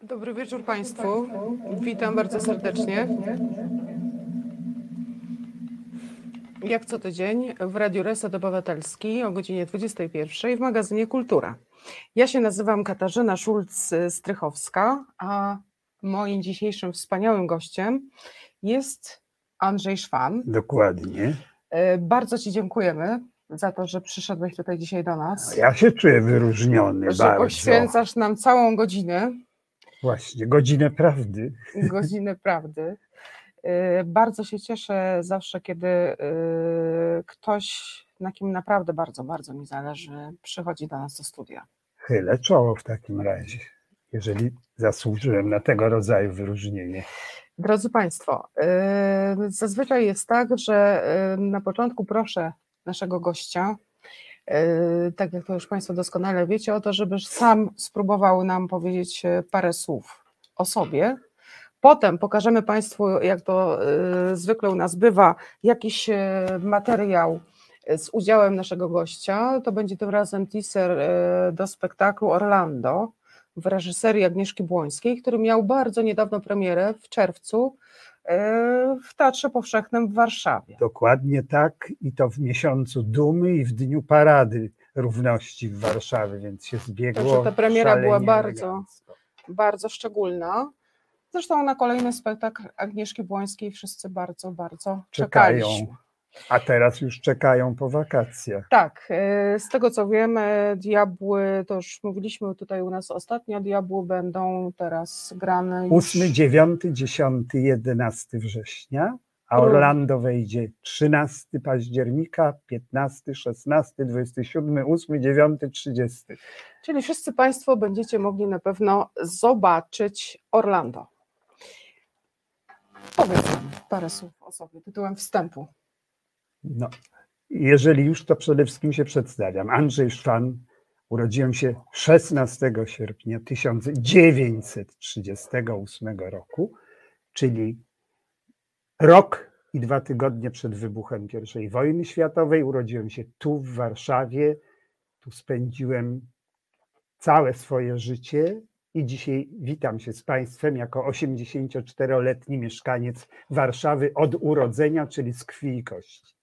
Dobry wieczór Państwu. Witam bardzo serdecznie. Jak co tydzień w Radiu Reset Obywatelski o godzinie 21 w magazynie Kultura. Ja się nazywam Katarzyna Szulc-Strychowska, a moim dzisiejszym wspaniałym gościem jest Andrzej Szwan. Dokładnie. Bardzo Ci dziękujemy za to, że przyszedłeś tutaj dzisiaj do nas. Ja się czuję wyróżniony że bardzo. Poświęcasz nam całą godzinę. Właśnie, godzinę prawdy. Godzinę prawdy. Bardzo się cieszę zawsze, kiedy ktoś, na kim naprawdę bardzo, bardzo mi zależy, przychodzi do nas do studia. Chylę czoło w takim razie, jeżeli zasłużyłem na tego rodzaju wyróżnienie. Drodzy Państwo, zazwyczaj jest tak, że na początku proszę naszego gościa, tak jak to już Państwo doskonale wiecie, o to, żeby sam spróbował nam powiedzieć parę słów o sobie. Potem pokażemy Państwu, jak to zwykle u nas bywa, jakiś materiał z udziałem naszego gościa. To będzie tym razem teaser do spektaklu Orlando w reżyserii Agnieszki Błońskiej, który miał bardzo niedawno premierę w czerwcu w Teatrze Powszechnym w Warszawie. Dokładnie tak, i to w miesiącu dumy i w dniu Parady Równości w Warszawie, więc się zbiegło. Także ta premiera była elegancko. bardzo szczególna. Zresztą na kolejny spektakl Agnieszki Błońskiej wszyscy bardzo, bardzo czekaliśmy. A teraz już czekają po wakacjach. Tak, z tego co wiemy, Diabły, to już mówiliśmy tutaj u nas ostatnio, Diabły będą teraz grane już 8, 9, 10, 11 września, a Orlando wejdzie 13 października, 15, 16, 27, 8, 9, 30. Czyli wszyscy Państwo będziecie mogli na pewno zobaczyć Orlando. Powiedz nam parę słów o sobie tytułem wstępu. No, jeżeli już, to przede wszystkim się przedstawiam. Andrzej Szwan, urodziłem się 16 sierpnia 1938 roku, czyli rok i 2 tygodnie przed wybuchem I wojny światowej. Urodziłem się tu w Warszawie, tu spędziłem całe swoje życie i dzisiaj witam się z Państwem jako 84-letni mieszkaniec Warszawy od urodzenia, czyli z krwi i kości.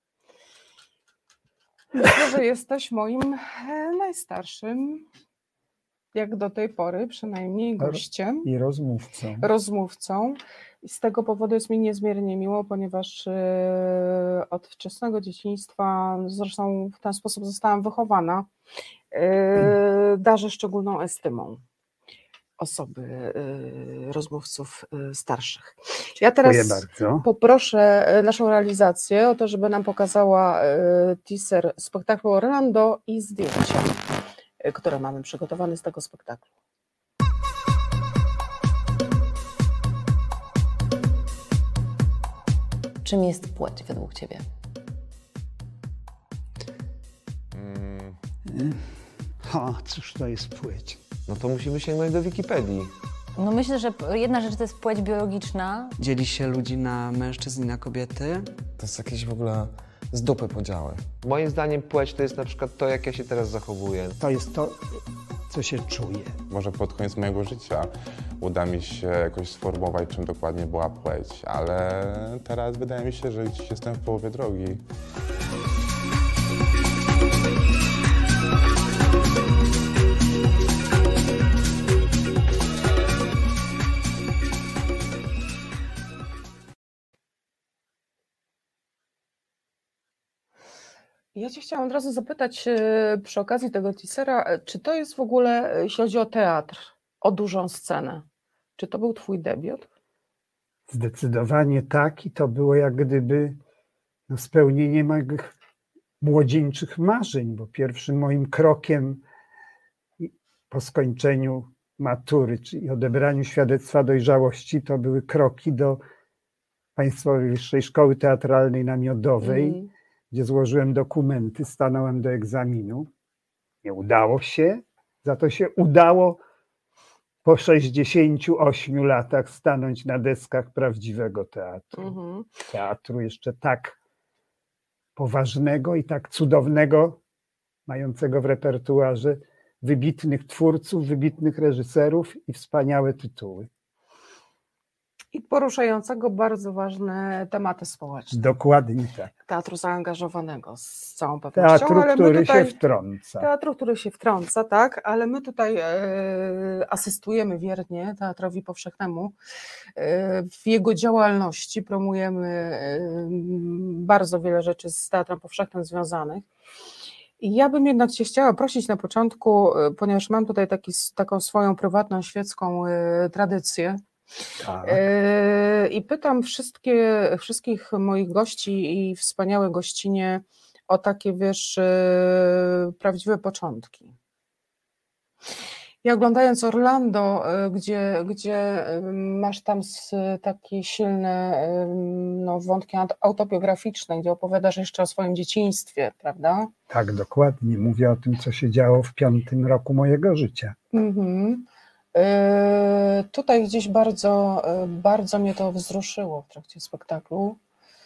Myślę, że jesteś moim najstarszym, jak do tej pory przynajmniej, gościem. I rozmówcą. I z tego powodu jest mi niezmiernie miło, ponieważ od wczesnego dzieciństwa, zresztą w ten sposób zostałam wychowana, darzę szczególną estymą osoby, rozmówców starszych. Ja teraz poproszę naszą realizację o to, żeby nam pokazała teaser spektaklu Orlando i zdjęcia, które mamy przygotowane z tego spektaklu. Czym jest płeć według Ciebie? Cóż to jest płeć? No to musimy sięgnąć do Wikipedii. No myślę, że jedna rzecz to jest płeć biologiczna. Dzieli się ludzi na mężczyzn i na kobiety. To jest jakieś w ogóle z dupy podziały. Moim zdaniem płeć to jest na przykład to, jak ja się teraz zachowuję. To jest to, co się czuje. Może pod koniec mojego życia uda mi się jakoś sformułować, czym dokładnie była płeć, ale teraz wydaje mi się, że gdzieś jestem w połowie drogi. Ja Cię chciałam od razu zapytać przy okazji tego teasera, czy to jest w ogóle, jeśli chodzi o teatr, o dużą scenę, czy to był Twój debiut? Zdecydowanie tak, i to było jak gdyby spełnienie moich młodzieńczych marzeń, bo pierwszym moim krokiem po skończeniu matury, czyli odebraniu świadectwa dojrzałości, to były kroki do Państwowej Wyższej Szkoły Teatralnej na Miodowej, gdzie złożyłem dokumenty, stanąłem do egzaminu. Nie udało się, za to się udało po 68 latach stanąć na deskach prawdziwego teatru. Teatru jeszcze tak poważnego i tak cudownego, mającego w repertuarze wybitnych twórców, wybitnych reżyserów i wspaniałe tytuły. I poruszającego bardzo ważne tematy społeczne. Dokładnie tak. Teatru zaangażowanego z całą pewnością. Teatru, ale my który tutaj, się wtrąca. Teatru, który się wtrąca, tak, ale my tutaj asystujemy wiernie Teatrowi Powszechnemu w jego działalności, promujemy bardzo wiele rzeczy z Teatrem Powszechnym związanych. I ja bym jednak Cię chciała prosić na początku, ponieważ mam tutaj taką swoją prywatną świecką tradycję, Tak. i pytam wszystkich moich gości i wspaniałe gościnie o takie, wiesz, prawdziwe początki. I oglądając Orlando, gdzie masz tam takie silne wątki autobiograficzne, gdzie opowiadasz jeszcze o swoim dzieciństwie, prawda? Tak, dokładnie. Mówię o tym, co się działo w 5. roku mojego życia. Mhm. Tutaj gdzieś bardzo mnie to wzruszyło w trakcie spektaklu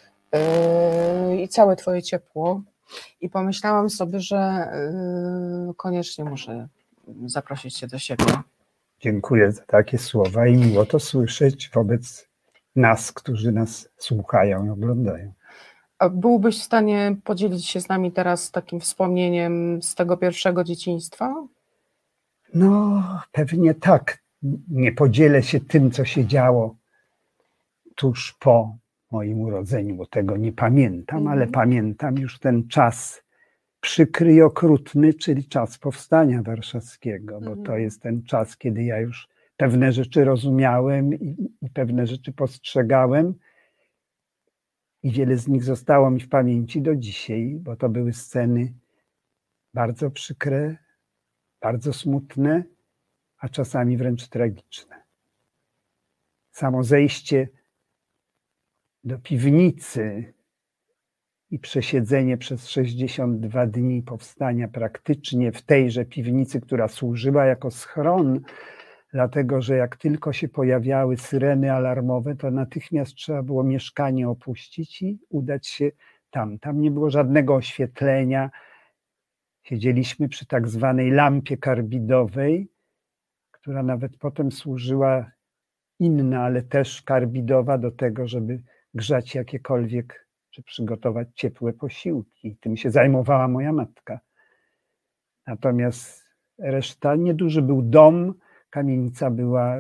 i całe Twoje ciepło. I pomyślałam sobie, że koniecznie muszę zaprosić Cię do siebie. Dziękuję za takie słowa i miło to słyszeć wobec nas, którzy nas słuchają i oglądają. A byłbyś w stanie podzielić się z nami teraz takim wspomnieniem z tego pierwszego dzieciństwa? No, pewnie tak. Nie podzielę się tym, co się działo tuż po moim urodzeniu, bo tego nie pamiętam, ale pamiętam już ten czas przykry i okrutny, czyli czas powstania warszawskiego, bo to jest ten czas, kiedy ja już pewne rzeczy rozumiałem i pewne rzeczy postrzegałem i wiele z nich zostało mi w pamięci do dzisiaj, bo to były sceny bardzo przykre, bardzo smutne, a czasami wręcz tragiczne. Samo zejście do piwnicy i przesiedzenie przez 62 dni powstania praktycznie w tejże piwnicy, która służyła jako schron, dlatego że jak tylko się pojawiały syreny alarmowe, to natychmiast trzeba było mieszkanie opuścić i udać się tam. Tam nie było żadnego oświetlenia. Siedzieliśmy przy tak zwanej lampie karbidowej, która nawet potem służyła inna, ale też karbidowa do tego, żeby grzać jakiekolwiek, czy przygotować ciepłe posiłki. Tym się zajmowała moja matka. Natomiast reszta, nieduży był dom, kamienica była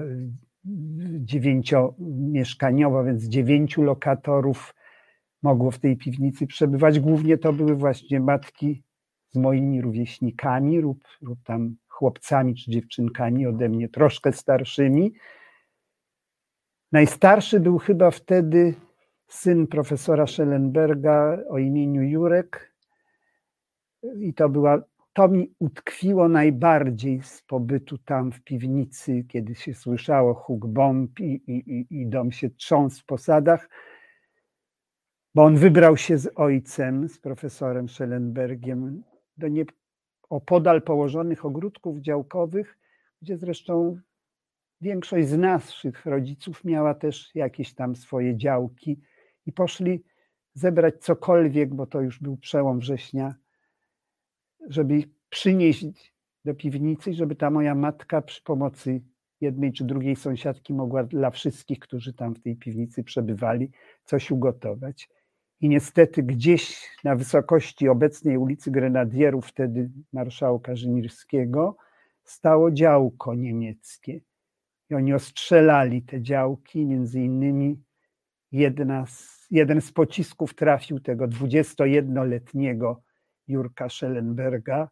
9-mieszkaniowa, więc 9 lokatorów mogło w tej piwnicy przebywać. Głównie to były właśnie matki z moimi rówieśnikami lub tam chłopcami czy dziewczynkami ode mnie troszkę starszymi. Najstarszy był chyba wtedy syn profesora Schellenberga o imieniu Jurek i to mi utkwiło najbardziej z pobytu tam w piwnicy, kiedy się słyszało huk bomb i dom się trząsł w posadach, bo on wybrał się z ojcem, z profesorem Schellenbergiem do opodal położonych ogródków działkowych, gdzie zresztą większość z naszych rodziców miała też jakieś tam swoje działki i poszli zebrać cokolwiek, bo to już był przełom września, żeby przynieść do piwnicy, żeby ta moja matka przy pomocy jednej czy drugiej sąsiadki mogła dla wszystkich, którzy tam w tej piwnicy przebywali, coś ugotować. I niestety gdzieś na wysokości obecnej ulicy Grenadierów, wtedy marszałka Żmirskiego, stało działko niemieckie. I oni ostrzelali te działki, między innymi jeden z pocisków trafił tego 21-letniego Jurka Schellenberga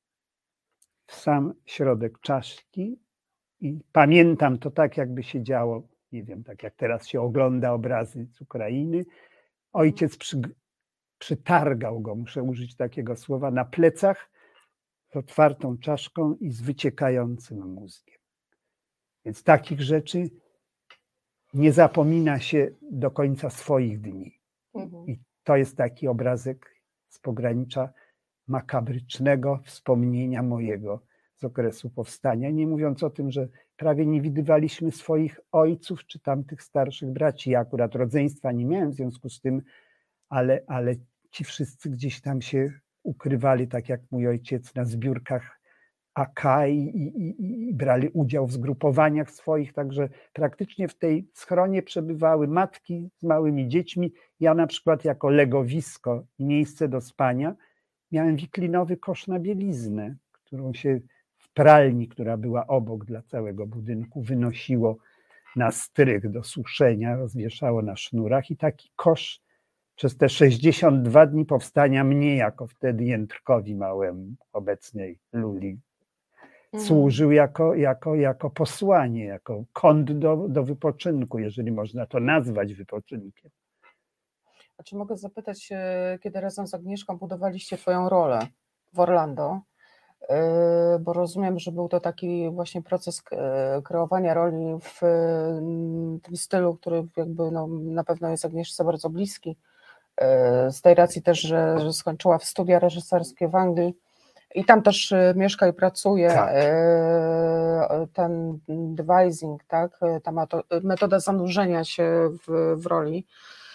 w sam środek czaszki. I pamiętam to tak, jakby się działo, nie wiem, tak jak teraz się ogląda obrazy z Ukrainy. Ojciec przytargał go, muszę użyć takiego słowa, na plecach z otwartą czaszką i z wyciekającym mózgiem. Więc takich rzeczy nie zapomina się do końca swoich dni. I to jest taki obrazek z pogranicza makabrycznego wspomnienia mojego z okresu powstania. Nie mówiąc o tym, że prawie nie widywaliśmy swoich ojców czy tamtych starszych braci. Ja akurat rodzeństwa nie miałem w związku z tym, ale ci wszyscy gdzieś tam się ukrywali, tak jak mój ojciec na zbiórkach AK i brali udział w zgrupowaniach swoich, także praktycznie w tej schronie przebywały matki z małymi dziećmi. Ja na przykład jako legowisko i miejsce do spania miałem wiklinowy kosz na bieliznę, którą się w pralni, która była obok dla całego budynku, wynosiło na strych do suszenia, rozwieszało na sznurach i taki kosz przez te 62 dni powstania mnie, jako wtedy Jędrkowi małemu, obecnej Luli, służył jako posłanie, jako kąt do wypoczynku, jeżeli można to nazwać wypoczynkiem. A czy mogę zapytać, kiedy razem z Agnieszką budowaliście twoją rolę w Orlando, bo rozumiem, że był to taki właśnie proces kreowania roli w tym stylu, który jakby no, na pewno jest Agnieszce bardzo bliski, z tej racji też, że skończyła w studia reżyserskie w Anglii i tam też mieszka i pracuje. Tak. Ten devising, tak, ta metoda zanurzenia się w roli.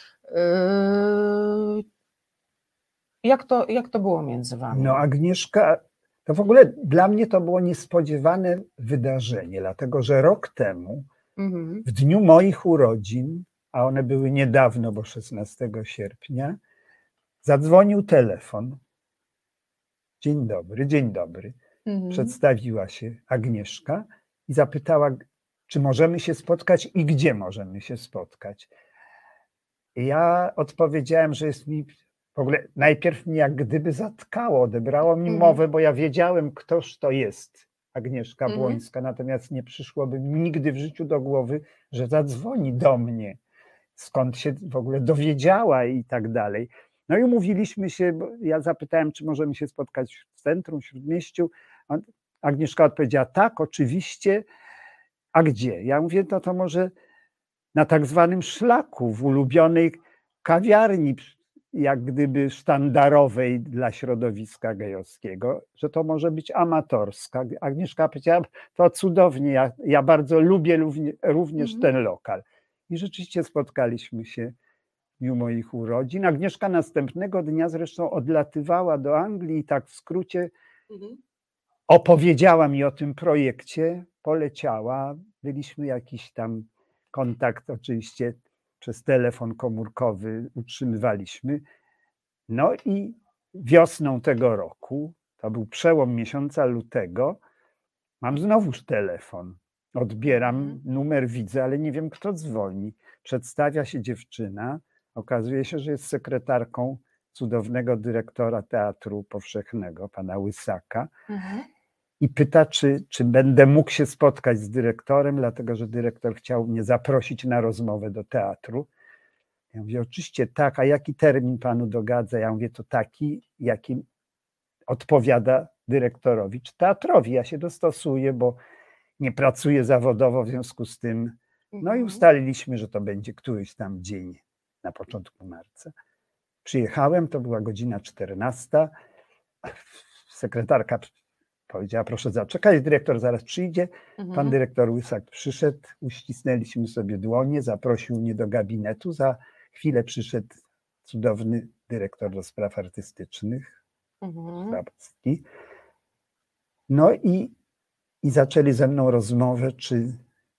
Jak to było między wami? No Agnieszka, to w ogóle dla mnie to było niespodziewane wydarzenie, dlatego że rok temu, w dniu moich urodzin, a one były niedawno, bo 16 sierpnia, zadzwonił telefon. Dzień dobry, dzień dobry. Przedstawiła się Agnieszka i zapytała, czy możemy się spotkać i gdzie możemy się spotkać. I ja odpowiedziałem, że jest mi w ogóle najpierw mnie jak gdyby zatkało, odebrało mi mowę, bo ja wiedziałem, ktoż to jest Agnieszka Błońska, natomiast nie przyszłoby mi nigdy w życiu do głowy, że zadzwoni do mnie, skąd się w ogóle dowiedziała i tak dalej. No i umówiliśmy się, bo ja zapytałem, czy możemy się spotkać w centrum, w Śródmieściu. Agnieszka odpowiedziała, tak, oczywiście. A gdzie? Ja mówię, no to może na tak zwanym szlaku, w ulubionej kawiarni, jak gdyby sztandarowej dla środowiska gejowskiego, że to może być amatorska. Agnieszka powiedziała, to cudownie, ja bardzo lubię również ten lokal. I rzeczywiście spotkaliśmy się w dniu moich urodzin. Agnieszka następnego dnia zresztą odlatywała do Anglii i tak w skrócie opowiedziała mi o tym projekcie, poleciała, byliśmy jakiś tam kontakt oczywiście przez telefon komórkowy utrzymywaliśmy. No i wiosną tego roku, to był przełom miesiąca lutego, mam znowuż telefon. Odbieram, numer widzę, ale nie wiem, kto dzwoni. Przedstawia się dziewczyna, okazuje się, że jest sekretarką cudownego dyrektora Teatru Powszechnego, pana Łysaka. I pyta, czy będę mógł się spotkać z dyrektorem, dlatego że dyrektor chciał mnie zaprosić na rozmowę do teatru. Ja mówię, oczywiście tak, a jaki termin panu dogadza? Ja mówię, to taki, jaki odpowiada dyrektorowi czy teatrowi. Ja się dostosuję, bo nie pracuję zawodowo, w związku z tym. No i ustaliliśmy, że to będzie któryś tam dzień na początku marca. Przyjechałem, to była godzina 14. Sekretarka powiedziała, proszę zaczekać, dyrektor zaraz przyjdzie. Pan dyrektor Łysak przyszedł, uścisnęliśmy sobie dłonie, zaprosił mnie do gabinetu. Za chwilę przyszedł cudowny dyrektor do spraw artystycznych, Grabowski. No i zaczęli ze mną rozmowę, czy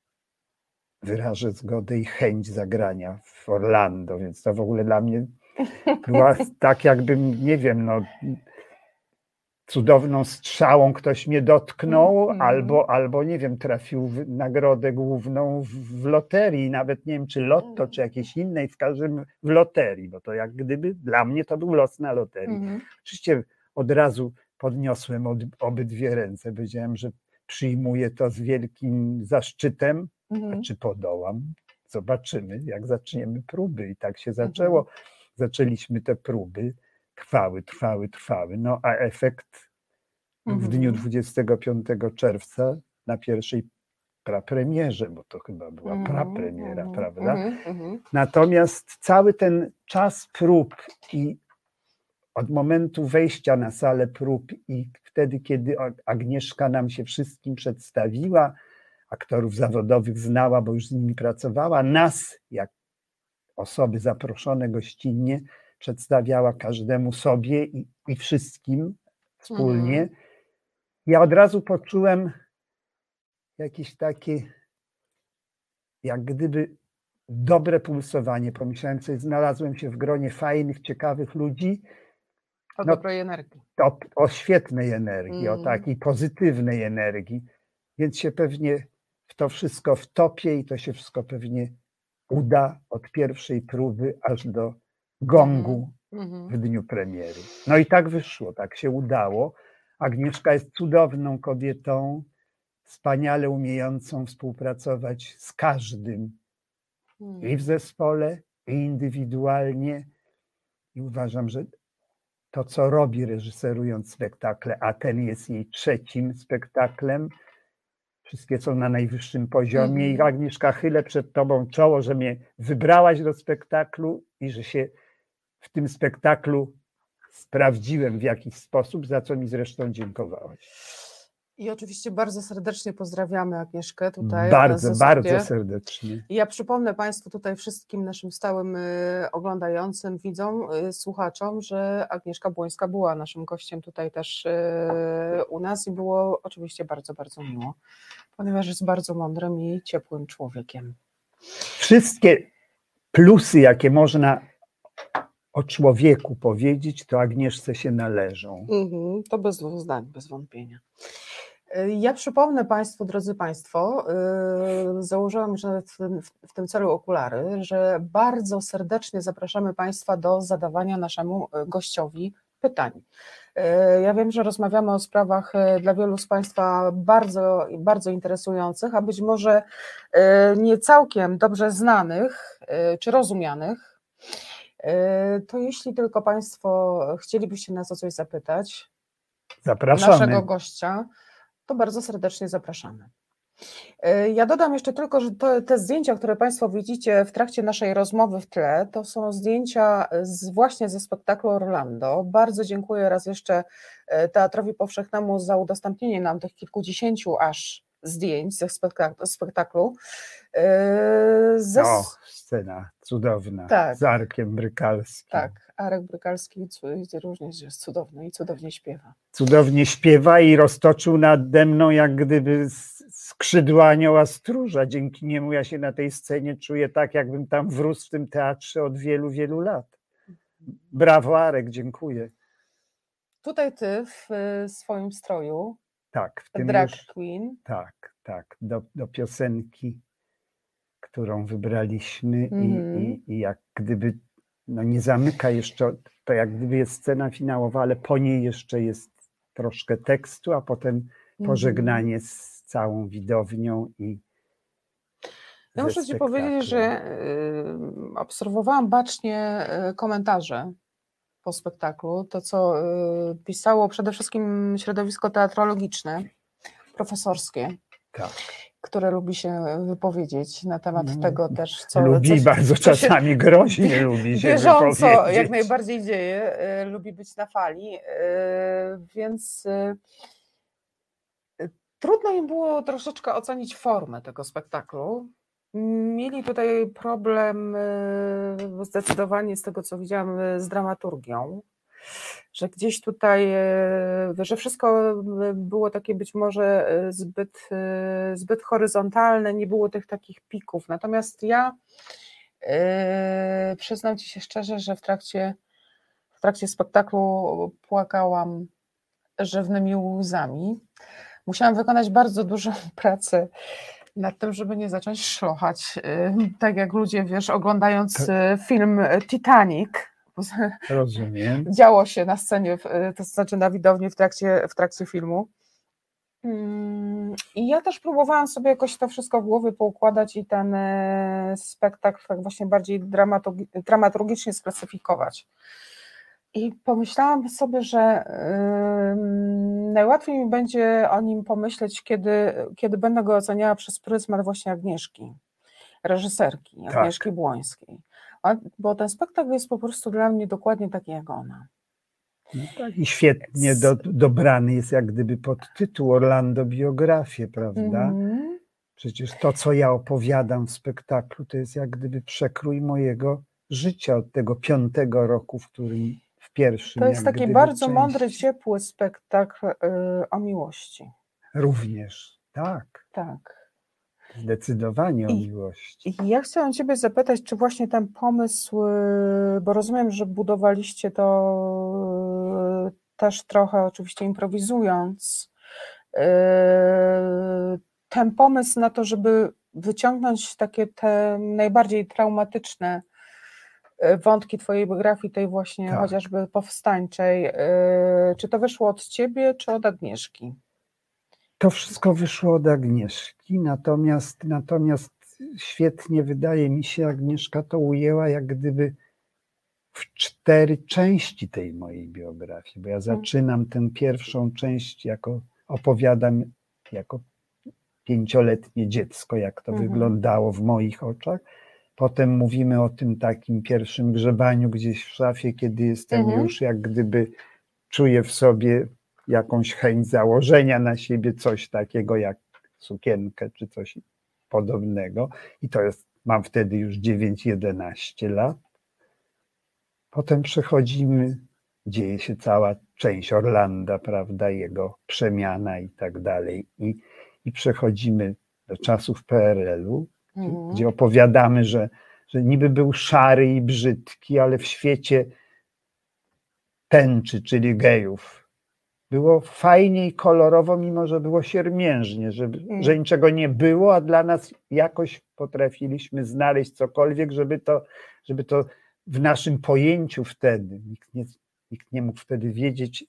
wyrażę zgodę i chęć zagrania w Orlando, więc to w ogóle dla mnie była tak, jakbym, nie wiem, no, cudowną strzałą ktoś mnie dotknął, albo nie wiem, trafił w nagrodę główną w loterii, nawet nie wiem, czy lotto, czy jakiejś innej, w każdym w loterii, bo to jak gdyby dla mnie to był los na loterii. Oczywiście od razu podniosłem obydwie ręce, powiedziałem, że przyjmuję to z wielkim zaszczytem, a czy podołam? Zobaczymy, jak zaczniemy próby. I tak się zaczęło. Zaczęliśmy te próby. Trwały. No a efekt w dniu 25 czerwca na pierwszej prapremierze, bo to chyba była prapremiera, prawda? Natomiast cały ten czas prób i od momentu wejścia na salę prób i wtedy, kiedy Agnieszka nam się wszystkim przedstawiła, aktorów zawodowych znała, bo już z nimi pracowała, nas, jak osoby zaproszone gościnnie, przedstawiała każdemu sobie i wszystkim wspólnie. ja od razu poczułem jakieś takie, jak gdyby dobre pulsowanie. Pomyślałem sobie, znalazłem się w gronie fajnych, ciekawych ludzi, O No, dobrej energii. o świetnej energii, o takiej pozytywnej energii, więc się pewnie w to wszystko wtopię i to się wszystko pewnie uda od pierwszej próby aż do gongu w dniu premiery. No i tak wyszło, tak się udało. Agnieszka jest cudowną kobietą, wspaniale umiejącą współpracować z każdym i w zespole, i indywidualnie. I uważam, że to, co robi reżyserując spektakle, a ten jest jej trzecim spektaklem, wszystkie są na najwyższym poziomie i Agnieszka, chylę przed tobą czoło, że mnie wybrałaś do spektaklu i że się w tym spektaklu sprawdziłem w jakiś sposób, za co mi zresztą dziękowałaś. I oczywiście bardzo serdecznie pozdrawiamy Agnieszkę tutaj. Bardzo, ze bardzo sobie. serdecznie. I ja przypomnę Państwu tutaj wszystkim naszym stałym oglądającym, widzom, słuchaczom, że Agnieszka Błońska była naszym gościem tutaj też u nas i było oczywiście bardzo, bardzo miło, ponieważ jest bardzo mądrym i ciepłym człowiekiem. Wszystkie plusy, jakie można o człowieku powiedzieć, to Agnieszce się należą. To bez dwóch zdań, bez wątpienia. Ja przypomnę Państwu, drodzy Państwo, założyłam już w tym celu okulary, że bardzo serdecznie zapraszamy Państwa do zadawania naszemu gościowi pytań. Ja wiem, że rozmawiamy o sprawach dla wielu z Państwa bardzo, bardzo interesujących, a być może nie całkiem dobrze znanych czy rozumianych. To jeśli tylko Państwo chcielibyście nas o coś zapytać, Zapraszamy. naszego gościa, to bardzo serdecznie zapraszamy. Ja dodam jeszcze tylko, że te zdjęcia, które Państwo widzicie w trakcie naszej rozmowy w tle, to są zdjęcia właśnie ze spektaklu Orlando. Bardzo dziękuję raz jeszcze Teatrowi Powszechnemu za udostępnienie nam tych kilkudziesięciu aż zdjęć ze spektaklu. Scena cudowna, Tak. z Arkiem Brykalskim. Tak, Arek Brykalski również jest cudowny i cudownie śpiewa. Cudownie śpiewa i roztoczył nade mną jak gdyby skrzydła anioła stróża. Dzięki niemu ja się na tej scenie czuję tak, jakbym tam wrósł w tym teatrze od wielu, wielu lat. Brawo, Arek, dziękuję. Tutaj ty w swoim stroju, tak, w tym drag już, queen. Tak, do piosenki, którą wybraliśmy i jak gdyby nie zamyka jeszcze, to jak gdyby jest scena finałowa, ale po niej jeszcze jest troszkę tekstu, a potem pożegnanie z całą widownią i ja muszę Ci powiedzieć, że obserwowałam bacznie komentarze po spektaklu, to co pisało przede wszystkim środowisko teatrologiczne, profesorskie, które lubi się wypowiedzieć na temat tego też, co... Lubi bardzo czasami groźnie lubi się bieżąco wypowiedzieć. jak najbardziej dzieje, lubi być na fali, więc trudno im było troszeczkę ocenić formę tego spektaklu. Mieli tutaj problem zdecydowanie z tego, co widziałam, z dramaturgią, że gdzieś tutaj, że wszystko było takie być może zbyt horyzontalne, nie było tych takich pików. Natomiast ja przyznam Ci się szczerze, że w trakcie spektaklu płakałam rzewnymi łzami. Musiałam wykonać bardzo dużą pracę nad tym, żeby nie zacząć szlochać, tak jak ludzie, wiesz, oglądając film Titanic. Rozumiem. Działo się na scenie, to znaczy na widowni w trakcie filmu. I ja też próbowałam sobie jakoś to wszystko w głowie poukładać i ten spektakl tak właśnie bardziej dramaturgicznie sklasyfikować. I pomyślałam sobie, że najłatwiej mi będzie o nim pomyśleć, kiedy będę go oceniała przez pryzmat właśnie Agnieszki, reżyserki, Agnieszki Błońskiej. Bo ten spektakl jest po prostu dla mnie dokładnie taki jak ona. No tak, i świetnie dobrany jest jak gdyby podtytuł Orlando biografię, prawda? Przecież to, co ja opowiadam w spektaklu, to jest jak gdyby przekrój mojego życia od tego 5. roku, w którym w pierwszym. To jest jak taki gdyby bardzo części. mądry, ciepły spektakl o miłości. Również, tak, Tak. zdecydowanie o I- miłości. I ja chciałam Ciebie zapytać, czy właśnie ten pomysł, bo rozumiem, że budowaliście to też trochę oczywiście improwizując, ten pomysł na to, żeby wyciągnąć takie te najbardziej traumatyczne wątki Twojej biografii, tej właśnie Tak. chociażby powstańczej, czy to wyszło od Ciebie, czy od Agnieszki? To wszystko wyszło od Agnieszki, natomiast świetnie wydaje mi się, Agnieszka to ujęła jak gdyby w 4 części tej mojej biografii, bo ja zaczynam tę pierwszą część opowiadam jako 5-letnie dziecko, jak to wyglądało w moich oczach. Potem mówimy o tym takim pierwszym grzebaniu gdzieś w szafie, kiedy jestem już jak gdyby czuję w sobie jakąś chęć założenia na siebie coś takiego jak sukienkę czy coś podobnego. I to jest, mam wtedy już 9-11 lat. Potem przechodzimy, dzieje się cała część Orlanda, prawda, jego przemiana i tak dalej. I przechodzimy do czasów PRL-u, gdzie opowiadamy, że niby był szary i brzydki, ale w świecie tęczy, czyli gejów, było fajnie i kolorowo, mimo że było siermiężnie, że niczego nie było, a dla nas jakoś potrafiliśmy znaleźć cokolwiek, żeby to w naszym pojęciu wtedy, nikt nie mógł wtedy wiedzieć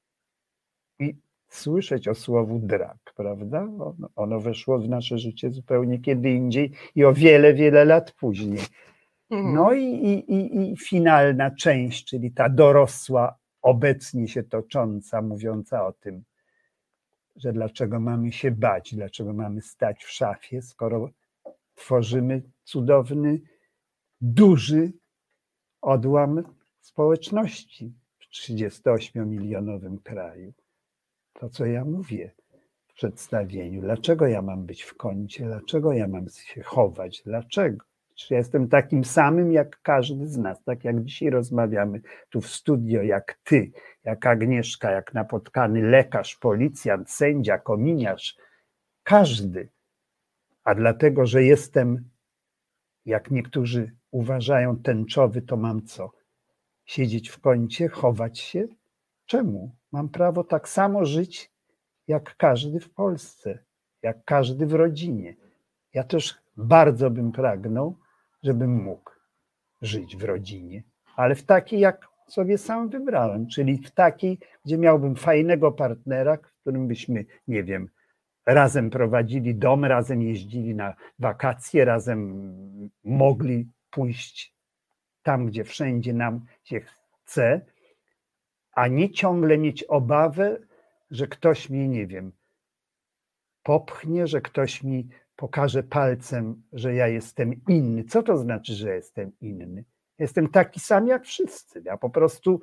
i słyszeć o słowu drag, prawda? Ono weszło w nasze życie zupełnie kiedy indziej i o wiele, wiele lat później. No i finalna część, czyli ta dorosła, obecnie się tocząca, mówiąca o tym, że dlaczego mamy się bać, dlaczego mamy stać w szafie, skoro tworzymy cudowny, duży odłam społeczności w 38-milionowym kraju. To, co ja mówię w przedstawieniu, dlaczego ja mam być w kącie, dlaczego ja mam się chować, dlaczego? Czy ja jestem takim samym jak każdy z nas, tak jak dzisiaj rozmawiamy tu w studio, jak ty, jak Agnieszka, jak napotkany lekarz, policjant, sędzia, kominiarz, każdy. A dlatego, że jestem, jak niektórzy uważają, tęczowy, to mam co? Siedzieć w kącie, chować się? Czemu? Mam prawo tak samo żyć, jak każdy w Polsce, jak każdy w rodzinie. Ja też bardzo bym pragnął, żebym mógł żyć w rodzinie, ale w takiej, jak sobie sam wybrałem, czyli w takiej, gdzie miałbym fajnego partnera, w którym byśmy, nie wiem, razem prowadzili dom, razem jeździli na wakacje, razem mogli pójść tam, gdzie wszędzie nam się chce, a nie ciągle mieć obawę, że ktoś mnie, nie wiem, popchnie, że ktoś mi pokaże palcem, że ja jestem inny. Co to znaczy, że jestem inny? Jestem taki sam jak wszyscy. Ja po prostu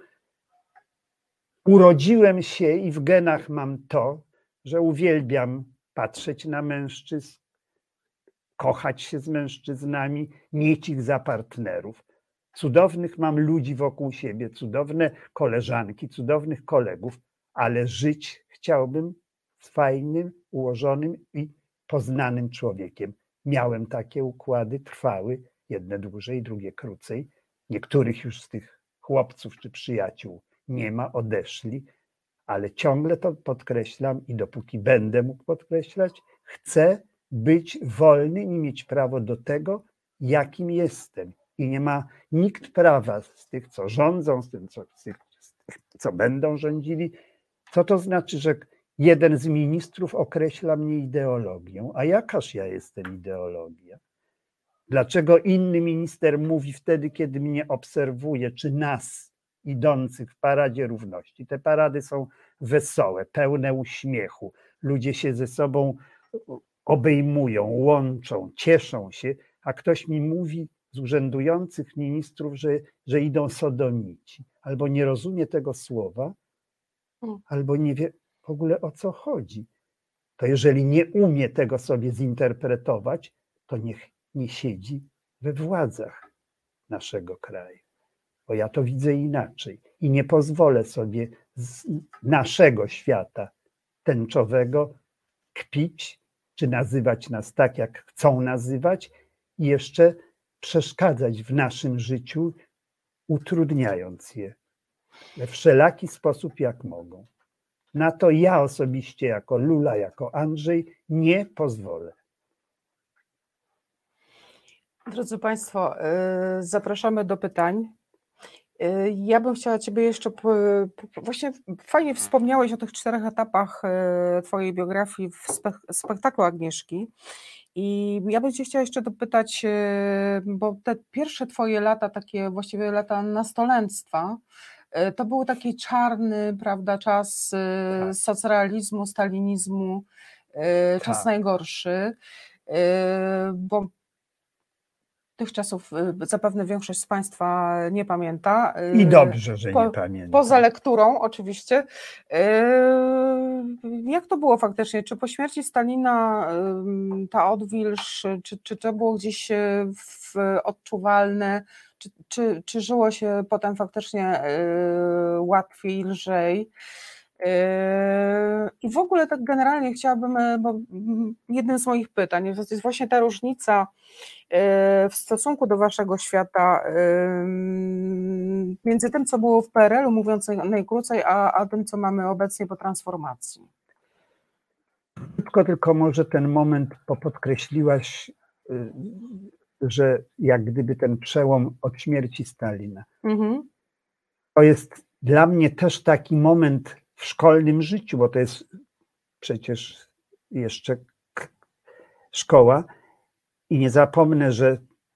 urodziłem się i w genach mam to, że uwielbiam patrzeć na mężczyzn, kochać się z mężczyznami, mieć ich za partnerów. Cudownych mam ludzi wokół siebie, cudowne koleżanki, cudownych kolegów, ale żyć chciałbym z fajnym, ułożonym i poznanym człowiekiem. Miałem takie układy, trwały, jedne dłużej, drugie krócej. Niektórych już z tych chłopców czy przyjaciół nie ma, odeszli, ale ciągle to podkreślam i dopóki będę mógł podkreślać, chcę być wolny i mieć prawo do tego, jakim jestem. I nie ma nikt prawa z tych, co rządzą, z tych, co będą rządzili. Co to znaczy, że jeden z ministrów określa mnie ideologią? A jakaż ja jestem ideologia? Dlaczego inny minister mówi wtedy, kiedy mnie obserwuje, czy nas idących w Paradzie Równości? Te parady są wesołe, pełne uśmiechu. Ludzie się ze sobą obejmują, łączą, cieszą się, a ktoś mi mówi z urzędujących ministrów, że idą sodomici. Albo nie rozumie tego słowa, albo nie wie w ogóle o co chodzi. To jeżeli nie umie tego sobie zinterpretować, to niech nie siedzi we władzach naszego kraju. bo ja to widzę inaczej i nie pozwolę sobie z naszego świata tęczowego kpić, czy nazywać nas tak, jak chcą nazywać i jeszcze przeszkadzać w naszym życiu, utrudniając je we wszelaki sposób, jak mogą. Na to ja osobiście, jako Lula, jako Andrzej, nie pozwolę. Drodzy Państwo, zapraszamy do pytań. Ja bym chciała Ciebie jeszcze, właśnie fajnie wspomniałeś o tych 4 etapach Twojej biografii w spektaklu Agnieszki i ja bym Cię chciała jeszcze dopytać, bo te pierwsze Twoje lata, takie właściwie lata nastolenstwa, to był taki czarny, prawda, czas socrealizmu, stalinizmu, czas Tak. najgorszy, bo tych czasów zapewne większość z Państwa nie pamięta. I dobrze, że nie pamiętam. Poza lekturą oczywiście. Jak to było faktycznie? Czy po śmierci Stalina ta odwilż, czy to było gdzieś odczuwalne? Czy żyło się potem faktycznie łatwiej, lżej? I w ogóle tak generalnie chciałabym, bo jednym z moich pytań to jest właśnie ta różnica w stosunku do waszego świata między tym, co było w PRL-u, mówiąc najkrócej, a tym, co mamy obecnie po transformacji. Tylko może ten moment podkreśliłaś, że jak gdyby ten przełom od śmierci Stalina. To jest dla mnie też taki moment w szkolnym życiu, bo to jest przecież jeszcze szkoła i nie zapomnę, że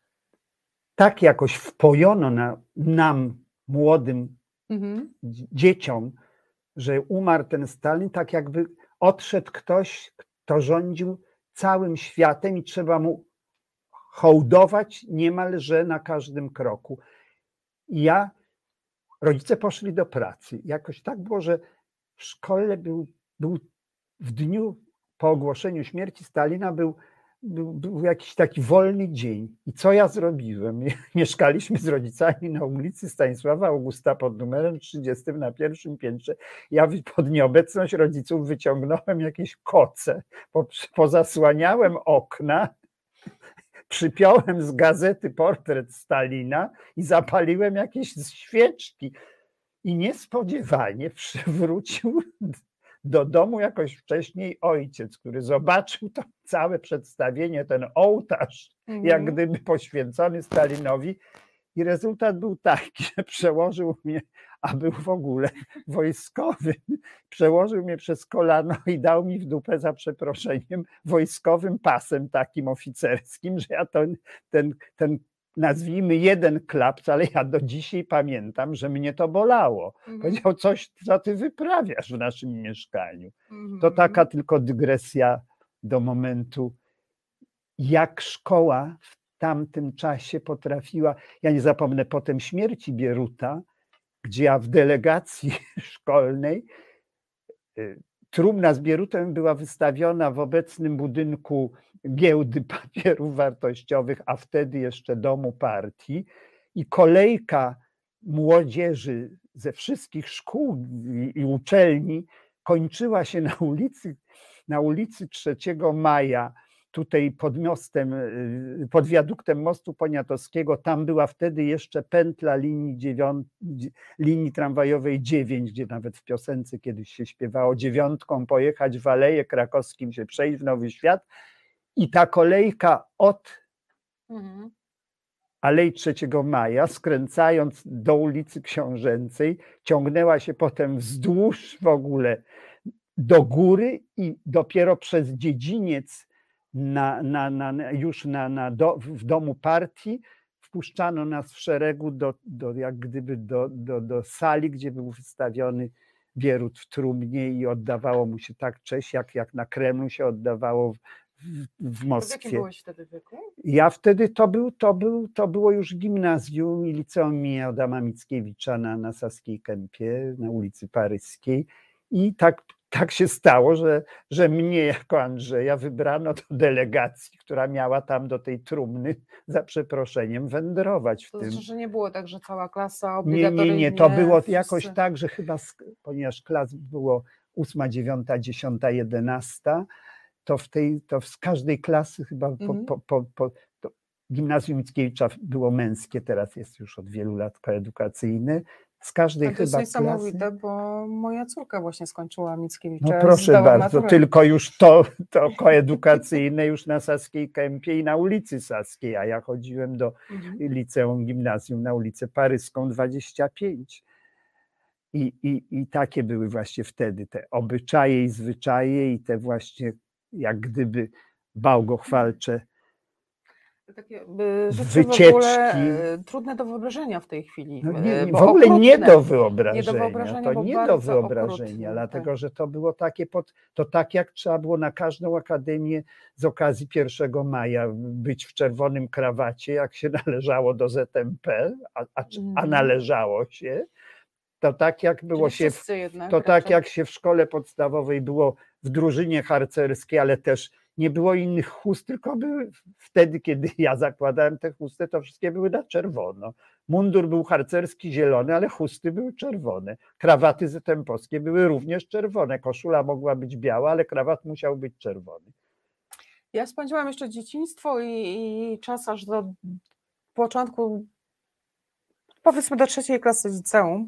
tak jakoś wpojono nam, młodym dzieciom, że umarł ten Stalin, tak jakby odszedł ktoś, kto rządził całym światem i trzeba mu hołdować niemalże na każdym kroku. I rodzice poszli do pracy. Jakoś tak było, że w szkole był w dniu po ogłoszeniu śmierci Stalina był jakiś taki wolny dzień. I co ja zrobiłem? Mieszkaliśmy z rodzicami na ulicy Stanisława Augusta pod numerem 30 na 1. piętrze. Ja pod nieobecność rodziców wyciągnąłem jakieś koce, pozasłaniałem okna, przypiąłem z gazety portret Stalina i zapaliłem jakieś świeczki. I niespodziewanie przywrócił do domu jakoś wcześniej ojciec, który zobaczył to całe przedstawienie, ten ołtarz, jak gdyby poświęcony Stalinowi. I rezultat był taki, że przełożył mnie, a był w ogóle wojskowym, przełożył mnie przez kolano i dał mi w dupę, za przeproszeniem, wojskowym pasem takim oficerskim, że ja ten nazwijmy jeden klaps, ale ja do dzisiaj pamiętam, że mnie to bolało. Powiedział, coś, co ty wyprawiasz w naszym mieszkaniu. To taka tylko dygresja do momentu, jak szkoła w tamtym czasie potrafiła. Ja nie zapomnę potem śmierci Bieruta, gdzie ja w delegacji szkolnej, trumna z Bierutem była wystawiona w obecnym budynku Giełdy Papierów Wartościowych, a wtedy jeszcze Domu Partii, i kolejka młodzieży ze wszystkich szkół i uczelni kończyła się na ulicy 3 Maja, tutaj pod wiaduktem mostu Poniatowskiego. Tam była wtedy jeszcze pętla linii tramwajowej 9, gdzie nawet w piosence kiedyś się śpiewało 9 pojechać w Aleje Krakowskim, się przejść w Nowy Świat. I ta kolejka od Alei 3 Maja, skręcając do ulicy Książęcej, ciągnęła się potem wzdłuż w ogóle do góry i dopiero przez dziedziniec w Domu Partii wpuszczano nas w szeregu jak gdyby do sali, gdzie był wystawiony Bierut w trumnie i oddawało mu się tak cześć, jak na Kremlu się oddawało w Moskwie. W jakim byłeś wtedy wieku? Ja wtedy to było już gimnazjum i liceum imienia Adama Mickiewicza na Saskiej Kępie, na ulicy Paryskiej, i tak tak się stało, że mnie jako Andrzeja wybrano do delegacji, która miała tam do tej trumny za przeproszeniem wędrować w To tym. znaczy, że nie było tak, że cała klasa Nie, obligatoryjnie... to było wszyscy- jakoś tak, że chyba, ponieważ klas było 8, 9, 10, 11, to z każdej klasy chyba to Gimnazjum Mickiewicza było męskie, teraz jest już od wielu lat koedukacyjne. Z każdej To jest chyba niesamowite, klasy. bo moja córka właśnie skończyła Mickiewicza. No proszę zdała bardzo, maturę. tylko już to koedukacyjne już na Saskiej Kępie i na ulicy Saskiej, a ja chodziłem do liceum, gimnazjum na ulicę Paryską 25. I takie były właśnie wtedy te obyczaje i zwyczaje i te właśnie jak gdyby bałgochwalcze Takie rzeczy w wycieczki. ogóle trudne do wyobrażenia w tej chwili. No bo w ogóle nie okrutne. do wyobrażenia. Nie do wyobrażenia, To bo nie bardzo do wyobrażenia, okrutne, dlatego tak. że to było takie, to tak jak trzeba było na każdą akademię z okazji 1 maja być w czerwonym krawacie, jak się należało do ZMP, a należało się, to tak jak było Czyli się, wszyscy jednak to tak raczej. jak się w szkole podstawowej było w drużynie harcerskiej, ale też nie było innych chust, tylko były wtedy, kiedy ja zakładałem te chusty, to wszystkie były na czerwono. Mundur był harcerski zielony, ale chusty były czerwone. Krawaty ZMP-owskie były również czerwone. Koszula mogła być biała, ale krawat musiał być czerwony. Ja spędziłam jeszcze dzieciństwo i czas aż do początku, powiedzmy do 3. klasy liceum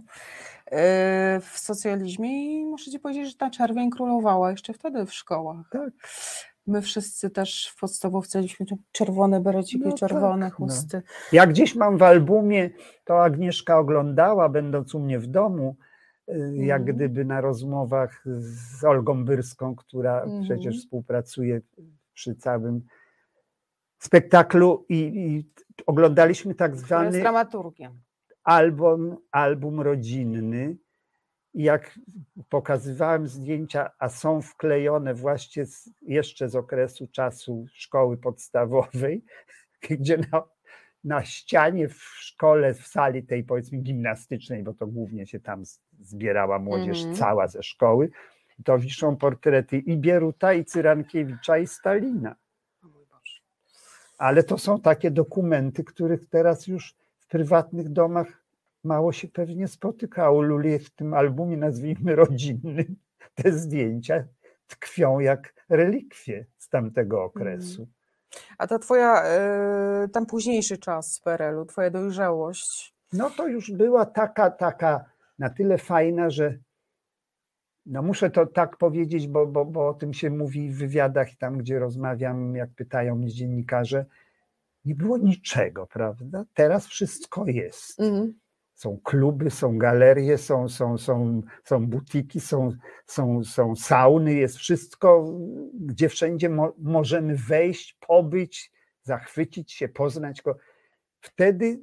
w socjalizmie i muszę ci powiedzieć, że ta czerwień królowała jeszcze wtedy w szkołach. Tak. My wszyscy też w podstawówce mieliśmy czerwone bereciki, No czerwone tak, no. chusty. Ja gdzieś mam w albumie, to Agnieszka oglądała, będąc u mnie w domu, jak gdyby na rozmowach z Olgą Byrską, która przecież współpracuje przy całym spektaklu i oglądaliśmy tak To jest zwany dramaturgiem. album rodzinny. I jak pokazywałem zdjęcia, a są wklejone właśnie jeszcze z okresu czasu szkoły podstawowej, gdzie na ścianie w szkole, w sali tej powiedzmy gimnastycznej, bo to głównie się tam zbierała młodzież cała ze szkoły, to wiszą portrety i Bieruta, i Cyrankiewicza, i Stalina. Ale to są takie dokumenty, których teraz już w prywatnych domach mało się pewnie spotykało. Luli w tym albumie, nazwijmy rodzinnym, te zdjęcia tkwią jak relikwie z tamtego okresu. A ta twoja, ten późniejszy czas z PRL-u, twoja dojrzałość? No to już była taka na tyle fajna, że no muszę to tak powiedzieć, bo o tym się mówi w wywiadach i tam, gdzie rozmawiam, jak pytają mnie dziennikarze, nie było niczego, prawda? Teraz wszystko jest. Są kluby, są galerie, są butiki, są sauny, jest wszystko, gdzie wszędzie możemy wejść, pobyć, zachwycić się, poznać go. Wtedy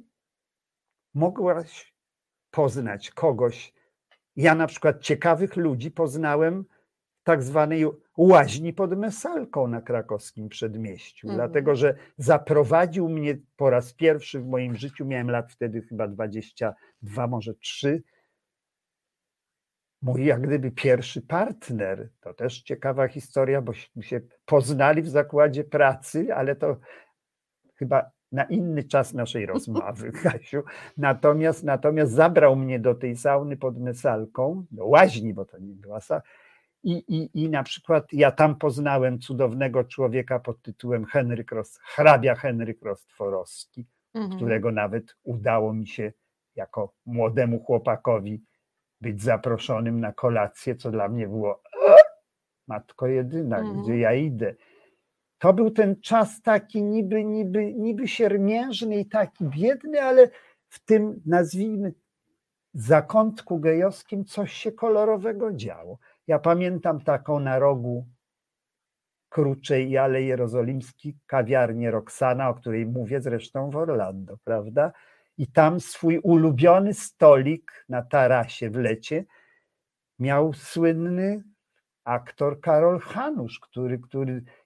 mogłaś poznać kogoś. Ja na przykład ciekawych ludzi poznałem w tak zwanej łaźni pod Mesalką na krakowskim przedmieściu, dlatego że zaprowadził mnie po raz pierwszy w moim życiu, miałem lat wtedy chyba 22, może 3, mój jak gdyby pierwszy partner. To też ciekawa historia, bo się poznali w zakładzie pracy, ale to chyba na inny czas naszej rozmowy, Kasiu. Natomiast zabrał mnie do tej sauny pod Mesalką, do łaźni, bo to nie była sauna. I na przykład ja tam poznałem cudownego człowieka pod tytułem hrabia Henryk Rostworowski, którego nawet udało mi się jako młodemu chłopakowi być zaproszonym na kolację, co dla mnie było matko jedyna, gdzie ja idę. To był ten czas taki niby siermiężny i taki biedny, ale w tym, nazwijmy, zakątku gejowskim coś się kolorowego działo. Ja pamiętam taką na rogu Kruczej i Alei Jerozolimskiej kawiarnię Roxana, o której mówię zresztą w Orlando, prawda? I tam swój ulubiony stolik na tarasie w lecie miał słynny aktor Karol Hanusz, który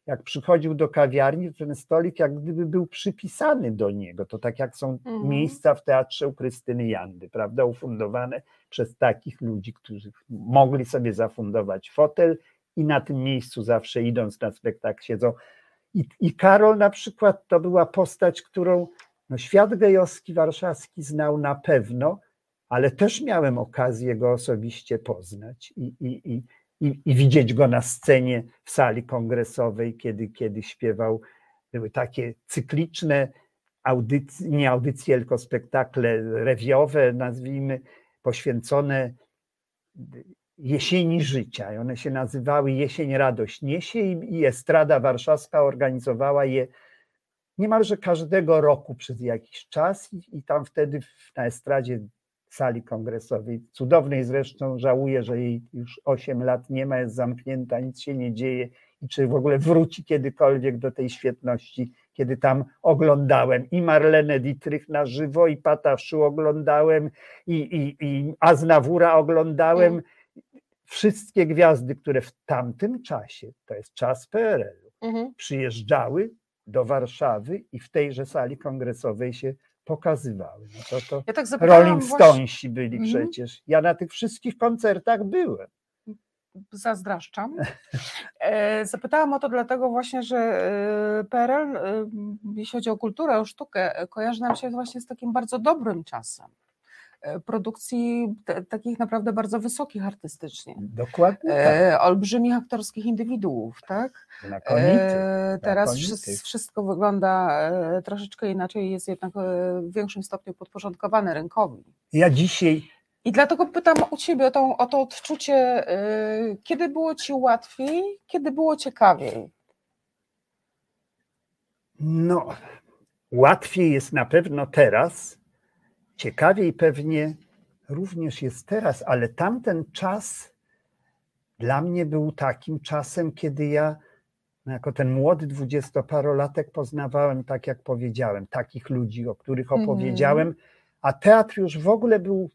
jak przychodził do kawiarni, to ten stolik jak gdyby był przypisany do niego. To tak jak są miejsca w teatrze u Krystyny Jandy, prawda, ufundowane przez takich ludzi, którzy mogli sobie zafundować fotel i na tym miejscu zawsze idąc na spektakl siedzą. I Karol na przykład to była postać, którą no, świat gejowski warszawski znał na pewno, ale też miałem okazję go osobiście poznać i widzieć go na scenie w sali kongresowej, kiedy śpiewał. Były takie cykliczne audycje, nie audycje, tylko spektakle rewiowe, nazwijmy, poświęcone jesieni życia. I one się nazywały Jesień radość niesie i Estrada Warszawska organizowała je niemalże każdego roku przez jakiś czas i tam wtedy na estradzie sali kongresowej, cudownej zresztą, żałuję, że jej już 8 lat nie ma, jest zamknięta, nic się nie dzieje i czy w ogóle wróci kiedykolwiek do tej świetności, kiedy tam oglądałem i Marlenę Dietrich na żywo, i Pataszu oglądałem, i Aznawura oglądałem, wszystkie gwiazdy, które w tamtym czasie, to jest czas PRL-u, przyjeżdżały do Warszawy i w tejże sali kongresowej się pokazywały. No to Ja tak zapytałam Rolling Stonesi byli przecież. Ja na tych wszystkich koncertach byłem. Zazdraszczam. Zapytałam o to dlatego właśnie, że PRL, jeśli chodzi o kulturę, o sztukę, kojarzy nam się właśnie z takim bardzo dobrym czasem produkcji takich naprawdę bardzo wysokich artystycznie. Dokładnie tak. Olbrzymich aktorskich indywiduów, tak? Teraz wszystko wygląda troszeczkę inaczej, jest jednak w większym stopniu podporządkowane rynkowi. Ja dzisiaj... I dlatego pytam u Ciebie o to odczucie, kiedy było Ci łatwiej, kiedy było ciekawiej? No, łatwiej jest na pewno teraz, ciekawiej pewnie również jest teraz, ale tamten czas dla mnie był takim czasem, kiedy ja jako ten młody 20-parolatek poznawałem, tak jak powiedziałem, takich ludzi, o których opowiedziałem, a teatr już w ogóle był,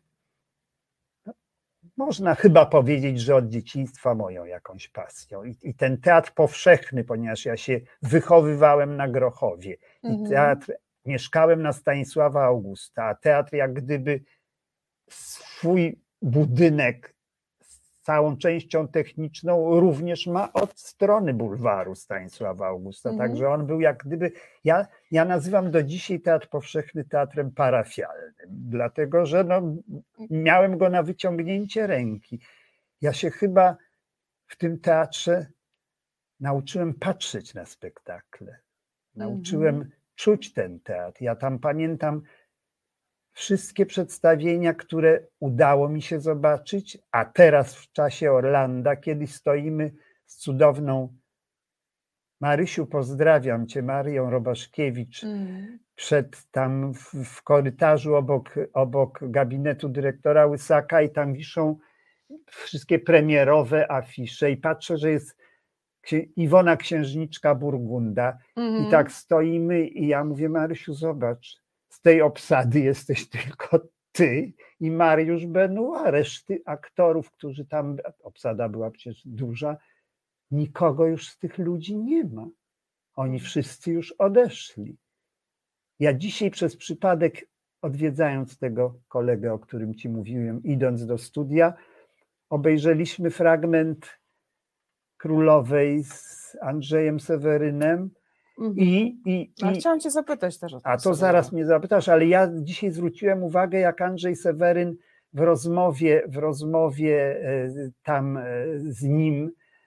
można chyba powiedzieć, że od dzieciństwa moją jakąś pasją. I ten teatr powszechny, ponieważ ja się wychowywałem na Grochowie i teatr, mieszkałem na Stanisława Augusta, a teatr jak gdyby swój budynek z całą częścią techniczną również ma od strony bulwaru Stanisława Augusta, także on był jak gdyby, ja nazywam do dzisiaj teatr powszechny teatrem parafialnym, dlatego że no, miałem go na wyciągnięcie ręki. Ja się chyba w tym teatrze nauczyłem patrzeć na spektakle, nauczyłem czuć ten teatr. Ja tam pamiętam wszystkie przedstawienia, które udało mi się zobaczyć, a teraz w czasie Orlanda, kiedy stoimy z cudowną Marysiu, pozdrawiam Cię, Marią Robaszkiewicz, przed tam w korytarzu obok gabinetu dyrektora Łysaka i tam wiszą wszystkie premierowe afisze i patrzę, że jest Iwona Księżniczka Burgunda i tak stoimy i ja mówię, Marysiu, zobacz, z tej obsady jesteś tylko ty i Mariusz Benoit, reszty aktorów, którzy tam, obsada była przecież duża, nikogo już z tych ludzi nie ma. Oni wszyscy już odeszli. Ja dzisiaj przez przypadek, odwiedzając tego kolegę, o którym ci mówiłem, idąc do studia, obejrzeliśmy fragment Królowej z Andrzejem Sewerynem Ale chciałam Cię zapytać też o to. A to zaraz mnie zapytasz, ale ja dzisiaj zwróciłem uwagę, jak Andrzej Seweryn w rozmowie tam z nim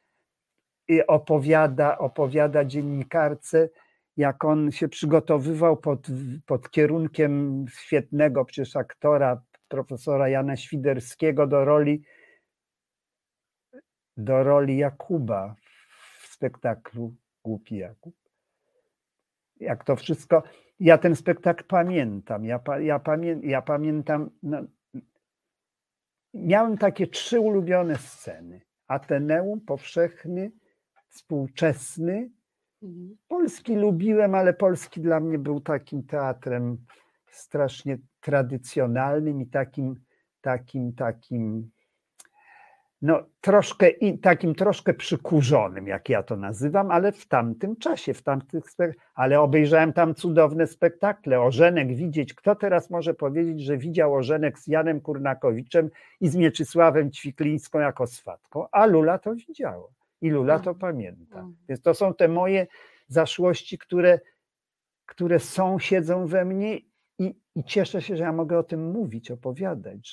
opowiada dziennikarce, jak on się przygotowywał pod kierunkiem świetnego przecież aktora, profesora Jana Świderskiego do roli Jakuba w spektaklu Głupi Jakub. Jak to wszystko, ja ten spektakl pamiętam, ja pamiętam, no, miałem takie 3 ulubione sceny. Ateneum, powszechny, współczesny. Polski lubiłem, ale polski dla mnie był takim teatrem strasznie tradycjonalnym i takim no troszkę takim troszkę przykurzonym, jak ja to nazywam, ale w tamtym czasie, ale obejrzałem tam cudowne spektakle. Orzenek widzieć, kto teraz może powiedzieć, że widział Orzenek z Janem Kurnakowiczem i z Mieczysławem Ćwiklińską jako swatką, a Lula to widziała i Lula to pamięta. Więc to są te moje zaszłości, które siedzą we mnie i cieszę się, że ja mogę o tym mówić, opowiadać,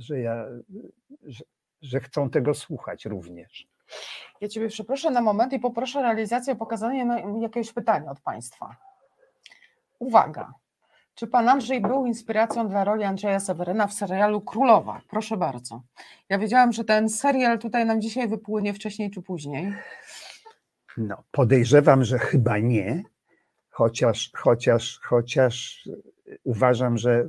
że chcą tego słuchać również. Ja Ciebie przeproszę na moment i poproszę realizację o pokazanie jakiegoś pytania od Państwa. Uwaga. Czy Pan Andrzej był inspiracją dla roli Andrzeja Seweryna w serialu Królowa? Proszę bardzo. Ja wiedziałam, że ten serial tutaj nam dzisiaj wypłynie wcześniej czy później. No, podejrzewam, że chyba nie, chociaż uważam, że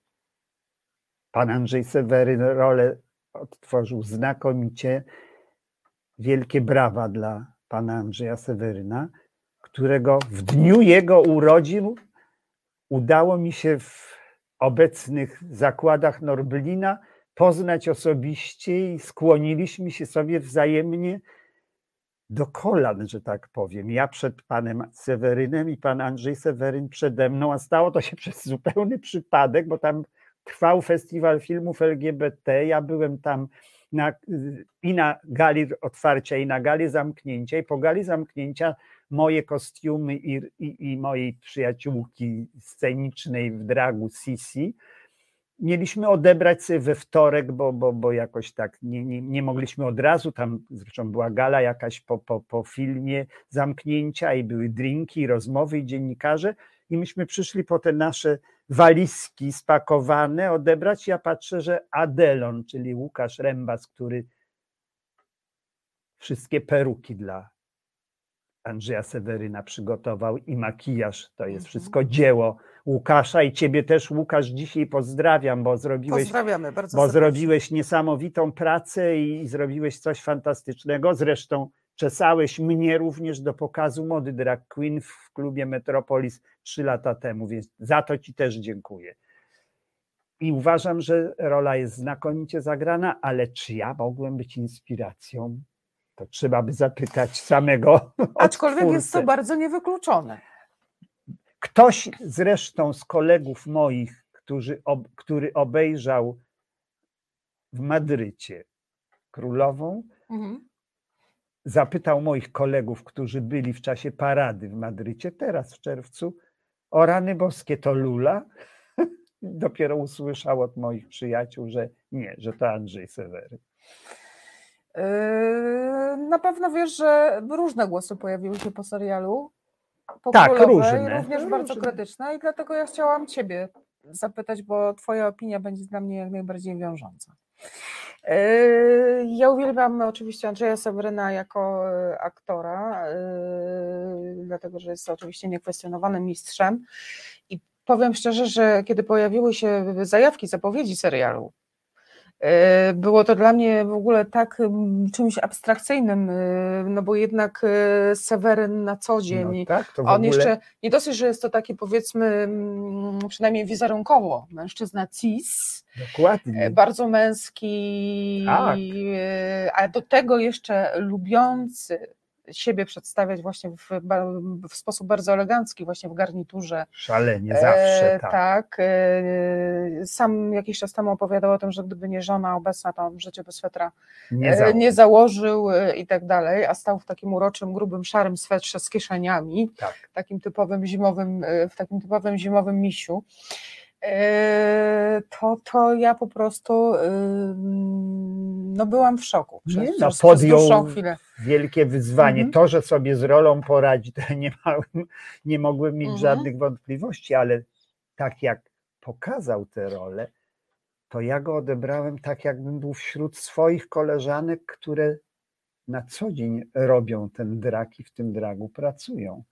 pan Andrzej Seweryn rolę odtworzył znakomicie. Wielkie brawa dla pana Andrzeja Seweryna, którego w dniu jego urodzin udało mi się w obecnych zakładach Norblina poznać osobiście i skłoniliśmy się sobie wzajemnie do kolan, że tak powiem. Ja przed panem Sewerynem i pan Andrzej Seweryn przede mną, a stało to się przez zupełny przypadek, bo tam trwał festiwal filmów LGBT, ja byłem tam i na gali otwarcia, i na gali zamknięcia, i po gali zamknięcia moje kostiumy i mojej przyjaciółki scenicznej w dragu Sisi mieliśmy odebrać sobie we wtorek, bo jakoś tak nie mogliśmy od razu, tam zresztą była gala jakaś po filmie zamknięcia i były drinki, rozmowy i dziennikarze i myśmy przyszli po te nasze walizki spakowane odebrać. Ja patrzę, że Adelon, czyli Łukasz Rembas, który wszystkie peruki dla Andrzeja Seweryna przygotował i makijaż, to jest wszystko dzieło Łukasza i ciebie też, Łukasz, dzisiaj pozdrawiam, Pozdrawiamy bardzo bo serdecznie. zrobiłeś niesamowitą pracę i zrobiłeś coś fantastycznego. Zresztą czesałeś mnie również do pokazu mody Drag Queen w klubie Metropolis 3 lata temu, więc za to ci też dziękuję. I uważam, że rola jest znakomicie zagrana, ale czy ja mogłem być inspiracją? To trzeba by zapytać samego Aczkolwiek jest to odtwórcę. bardzo niewykluczone. Ktoś zresztą z kolegów moich, który obejrzał w Madrycie Królową, zapytał moich kolegów, którzy byli w czasie parady w Madrycie, teraz w czerwcu, o rany boskie, to Lula? Dopiero usłyszał od moich przyjaciół, że nie, że to Andrzej Seweryn. Na pewno wiesz, że różne głosy pojawiły się po serialu. Po Tak, Królowej, różne. również bardzo krytyczne i dlatego ja chciałam Ciebie zapytać, bo Twoja opinia będzie dla mnie jak najbardziej wiążąca. Ja uwielbiam oczywiście Andrzeja Seweryna jako aktora, dlatego że jest oczywiście niekwestionowanym mistrzem i powiem szczerze, że kiedy pojawiły się zajawki, zapowiedzi serialu, było to dla mnie w ogóle tak czymś abstrakcyjnym, no bo jednak Seweryn na co dzień, No tak, to w on ogóle... jeszcze, nie dosyć, że jest to taki powiedzmy, przynajmniej wizerunkowo, mężczyzna cis, Dokładnie. bardzo męski, Tak. a do tego jeszcze lubiący siebie przedstawiać właśnie w sposób bardzo elegancki, właśnie w garniturze. Szalenie, zawsze tak. Tak. Sam jakiś czas temu opowiadał o tym, że gdyby nie żona obecna, to on życie bez swetra nie założył i tak dalej, a stał w takim uroczym, grubym, szarym swetrze z kieszeniami, Tak. w takim typowym zimowym misiu. To ja po prostu no byłam w szoku. Podjął wielkie wyzwanie. To, że sobie z rolą poradzi, to nie mogłem mieć żadnych wątpliwości, ale tak jak pokazał tę rolę, to ja go odebrałem tak, jakbym był wśród swoich koleżanek, które na co dzień robią ten drag i w tym dragu pracują.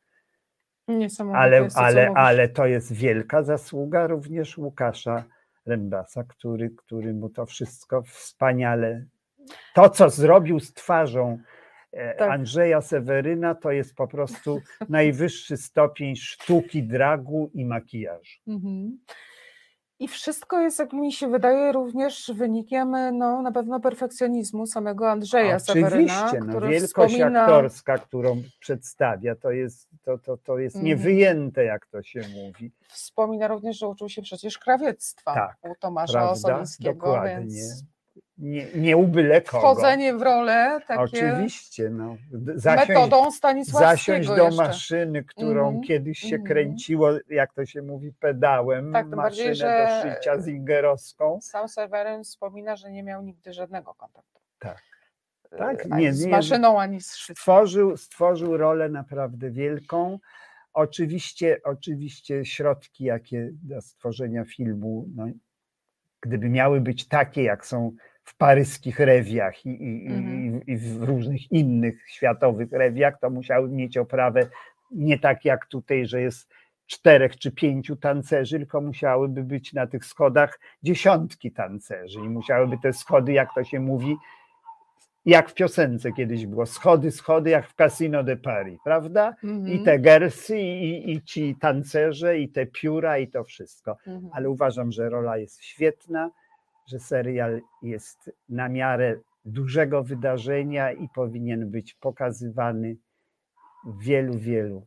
Ale to jest wielka zasługa również Łukasza Rembasa, który mu to wszystko wspaniale... To, co zrobił z twarzą Andrzeja Seweryna, to jest po prostu najwyższy stopień sztuki, dragu i makijażu. I wszystko jest, jak mi się wydaje, również wynikiem no, na pewno perfekcjonizmu samego Andrzeja Seweryna, Oczywiście, no, który wielkość wspomina... aktorska, którą przedstawia, to jest Mhm. niewyjęte, jak to się mówi. Wspomina również, że uczył się przecież krawiectwa Tak, u Tomasza prawda? Osolińskiego, Dokładnie. więc Nie u byle kogo. wchodzenie w rolę takie Oczywiście, no. metodą Stanisławskiego Zasiąść do jeszcze. maszyny, którą Mhm, kiedyś się mhm. kręciło, jak to się mówi, pedałem, Tak, tym bardziej, maszynę do że- szycia zingerowską. Sam Seweryn wspomina, że nie miał nigdy żadnego kontaktu. Tak. Tak, Ani z maszyną, ani z szyciem. Stworzył rolę naprawdę wielką. Oczywiście środki, jakie do stworzenia filmu, no, gdyby miały być takie, jak są w paryskich rewiach i w różnych innych światowych rewiach, to musiały mieć oprawę nie tak jak tutaj, że jest 4 czy 5 tancerzy, tylko musiałyby być na tych schodach dziesiątki tancerzy i musiałyby te schody, jak to się mówi, jak w piosence kiedyś było, schody, jak w Casino de Paris, prawda? I te gersy, i ci tancerze, i te pióra, i to wszystko. Ale uważam, że rola jest świetna, że serial jest na miarę dużego wydarzenia i powinien być pokazywany w wielu.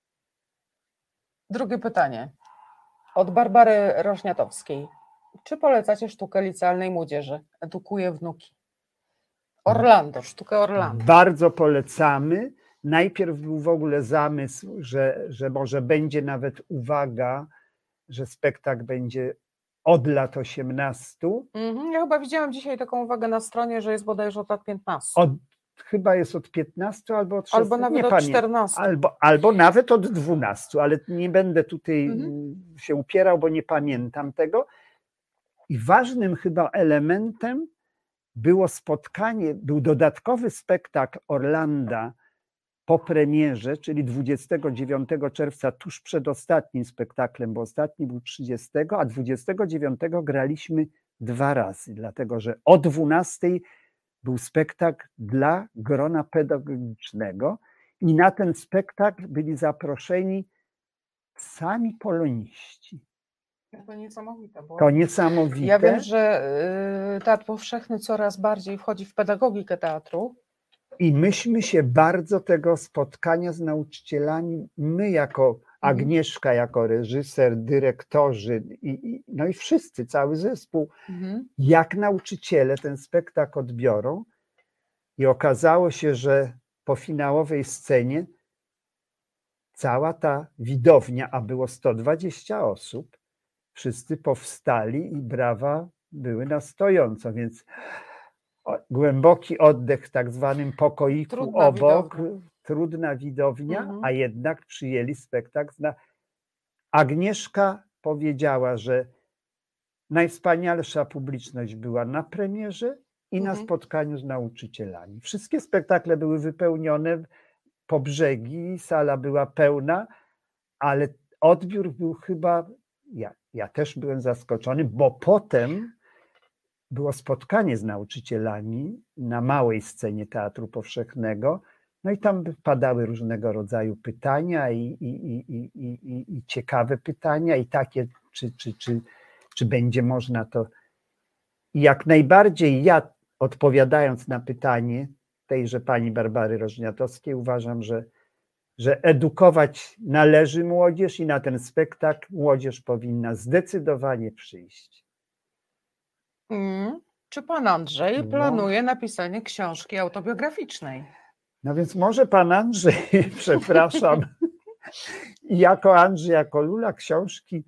Drugie pytanie. Od Barbary Rożniatowskiej. Czy polecacie sztukę licealnej młodzieży? Edukuje wnuki. Orlando, sztukę Orlando. Bardzo polecamy. Najpierw był w ogóle zamysł, że może będzie nawet uwaga, że spektakl będzie od lat 18. Ja chyba widziałam dzisiaj taką uwagę na stronie, że jest bodajże od lat 15. Chyba jest od 15 albo od 16. Albo nawet nie od pamiętam. 14. Albo nawet od 12, ale nie będę tutaj się upierał, bo nie pamiętam tego. I ważnym chyba elementem było spotkanie, był dodatkowy spektakl Orlanda po premierze, czyli 29 czerwca, tuż przed ostatnim spektaklem, bo ostatni był 30, a 29 graliśmy 2 razy, dlatego że o 12 był spektakl dla grona pedagogicznego i na ten spektakl byli zaproszeni sami poloniści. To niesamowite. Bo To niesamowite. ja wiem, że teatr powszechny coraz bardziej wchodzi w pedagogikę teatru. I myśmy się bardzo tego spotkania z nauczycielami, my jako Agnieszka, jako reżyser, dyrektorzy no i wszyscy, cały zespół, jak nauczyciele ten spektakl odbiorą. I okazało się, że po finałowej scenie cała ta widownia, a było 120 osób, wszyscy powstali i brawa były na stojąco, więc głęboki oddech w tak zwanym pokoiku Trudna obok, widownia. trudna widownia, a jednak przyjęli spektakl. Agnieszka powiedziała, że najwspanialsza publiczność była na premierze i na spotkaniu z nauczycielami. Wszystkie spektakle były wypełnione po brzegi, sala była pełna, ale odbiór był chyba, ja też byłem zaskoczony, bo potem było spotkanie z nauczycielami na małej scenie Teatru Powszechnego, no i tam padały różnego rodzaju pytania i ciekawe pytania i takie, czy będzie można to. I jak najbardziej ja, odpowiadając na pytanie tejże pani Barbary Rożniatowskiej, uważam, że edukować należy młodzież i na ten spektakl młodzież powinna zdecydowanie przyjść. Czy pan Andrzej planuje napisanie książki autobiograficznej? No więc może pan Andrzej, przepraszam, jako Andrzej, jako Lula książki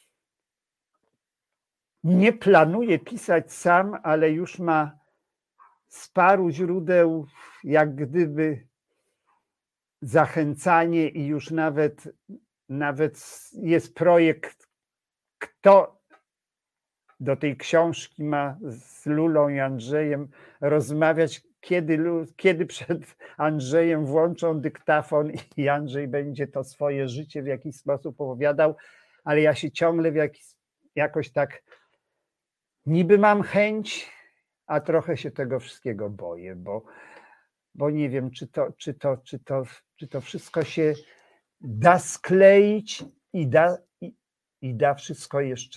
nie planuje pisać sam, ale już ma z paru źródeł jak gdyby zachęcanie i już nawet jest projekt, kto do tej książki ma z Lulą i Andrzejem rozmawiać, kiedy przed Andrzejem włączą dyktafon i Andrzej będzie to swoje życie w jakiś sposób opowiadał, ale ja się ciągle jakoś tak niby mam chęć, a trochę się tego wszystkiego boję, bo nie wiem, czy to wszystko się da skleić i da wszystko jeszcze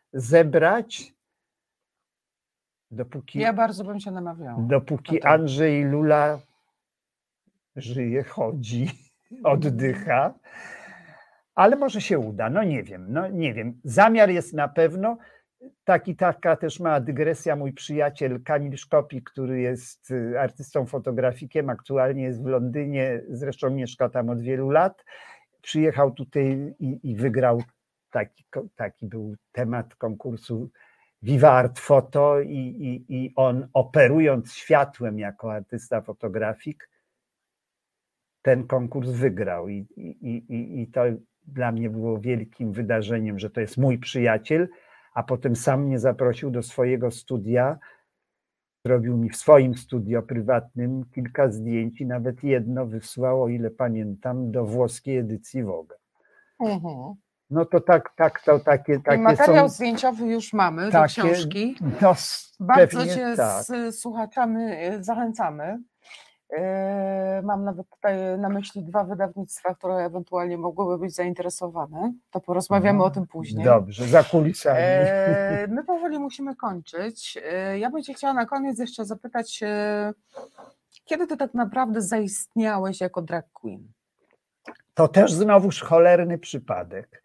zebrać, dopóki, Ja bardzo bym się namawiała. dopóki No tak. Andrzej Lula żyje, chodzi, oddycha, ale może się uda, no nie wiem, Zamiar jest na pewno. Taka też mała dygresja. Mój przyjaciel Kamil Szkopik, który jest artystą, fotografikiem, aktualnie jest w Londynie, zresztą mieszka tam od wielu lat, przyjechał tutaj i wygrał, taki był temat konkursu Viva Art Photo i on, operując światłem jako artysta fotografik, ten konkurs wygrał i to dla mnie było wielkim wydarzeniem, że to jest mój przyjaciel, a potem sam mnie zaprosił do swojego studia, zrobił mi w swoim studio prywatnym kilka zdjęć i nawet jedno wysłał, o ile pamiętam, do włoskiej edycji Vogue. No to takie I materiał są, zdjęciowy już mamy do takie, książki. no, Bardzo pewnie Cię tak. z słuchaczami zachęcamy. Mam nawet tutaj na myśli 2 wydawnictwa, które ewentualnie mogłyby być zainteresowane. To porozmawiamy o tym później. Dobrze, za kulisami. My powoli musimy kończyć. Ja bym Cię chciała na koniec jeszcze zapytać, kiedy Ty tak naprawdę zaistniałeś jako drag queen? To też znowuż cholerny przypadek,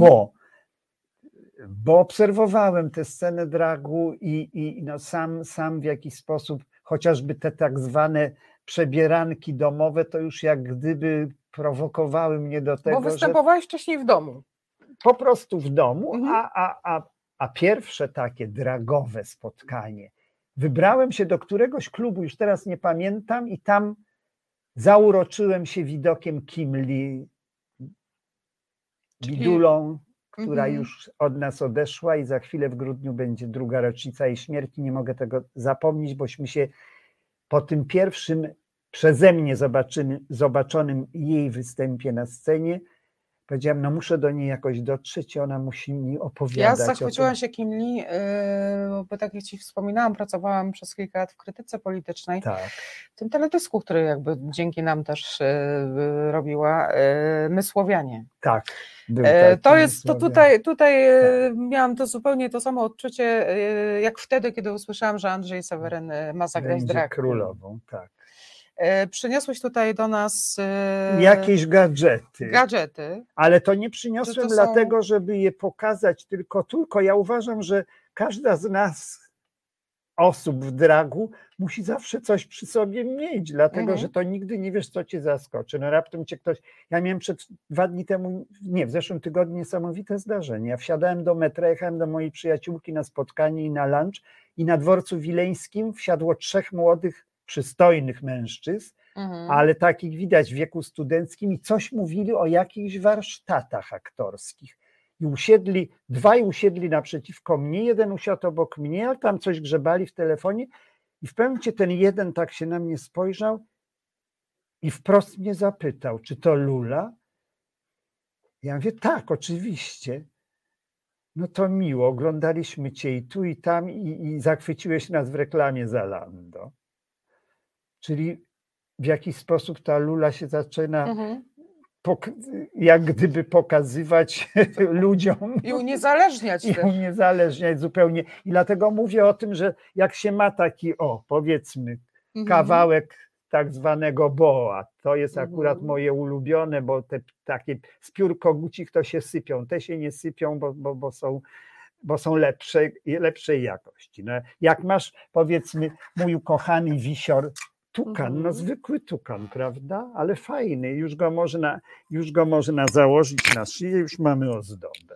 bo obserwowałem tę scenę dragu i no sam w jakiś sposób, chociażby te tak zwane przebieranki domowe, to już jak gdyby prowokowały mnie do tego, Bo występowałeś wcześniej w domu. po prostu w domu, a pierwsze takie dragowe spotkanie, wybrałem się do któregoś klubu, już teraz nie pamiętam, i tam zauroczyłem się widokiem Kim Lee, bidulą, która już od nas odeszła i za chwilę w grudniu będzie 2. rocznica jej śmierci. Nie mogę tego zapomnieć, bośmy się po tym pierwszym przeze mnie zobaczonym jej występie na scenie, powiedziałem, no muszę do niej jakoś dotrzeć i ona musi mi opowiadać. Ja zachwyciłam się Kim Lee, bo tak jak Ci wspominałam, pracowałam przez kilka lat w krytyce politycznej. Tak. W tym teledysku, który jakby dzięki nam też robiła My Słowianie. Tak. To tutaj miałam to zupełnie to samo odczucie, jak wtedy, kiedy usłyszałam, że Andrzej Seweryn ma zagrać drag queen. królową, tak. Przyniosłeś tutaj do nas jakieś gadżety. Ale to nie przyniosłem dlatego, żeby je pokazać tylko. Ja uważam, że każda z nas, osób w dragu, musi zawsze coś przy sobie mieć, dlatego że to nigdy nie wiesz, co cię zaskoczy. No raptem cię ktoś... Ja miałem 2 dni temu, w zeszłym tygodniu niesamowite zdarzenie. Ja wsiadałem do metra, jechałem do mojej przyjaciółki na spotkanie i na lunch i na dworcu wileńskim wsiadło 3 młodych, przystojnych mężczyzn, ale takich widać w wieku studenckim, i coś mówili o jakichś warsztatach aktorskich. I dwaj usiedli naprzeciwko mnie, jeden usiadł obok mnie, ale tam coś grzebali w telefonie i w pewnym momencie ten jeden tak się na mnie spojrzał i wprost mnie zapytał, czy to Lula? Ja mówię, tak, oczywiście. No to miło, oglądaliśmy cię i tu i tam i zachwyciłeś nas w reklamie Zalando. Czyli w jakiś sposób ta Lula się zaczyna jak gdyby pokazywać ludziom. I uniezależniać I też. uniezależniać zupełnie. I dlatego mówię o tym, że jak się ma taki, powiedzmy, kawałek tak zwanego boa, to jest akurat moje ulubione, bo te takie z piór kogucich to się sypią. Te się nie sypią, bo są lepszej jakości. No, jak masz, powiedzmy, mój ukochany wisior, tukan, no zwykły tukan, prawda? Ale fajny, już go można założyć na szyję, już mamy ozdobę.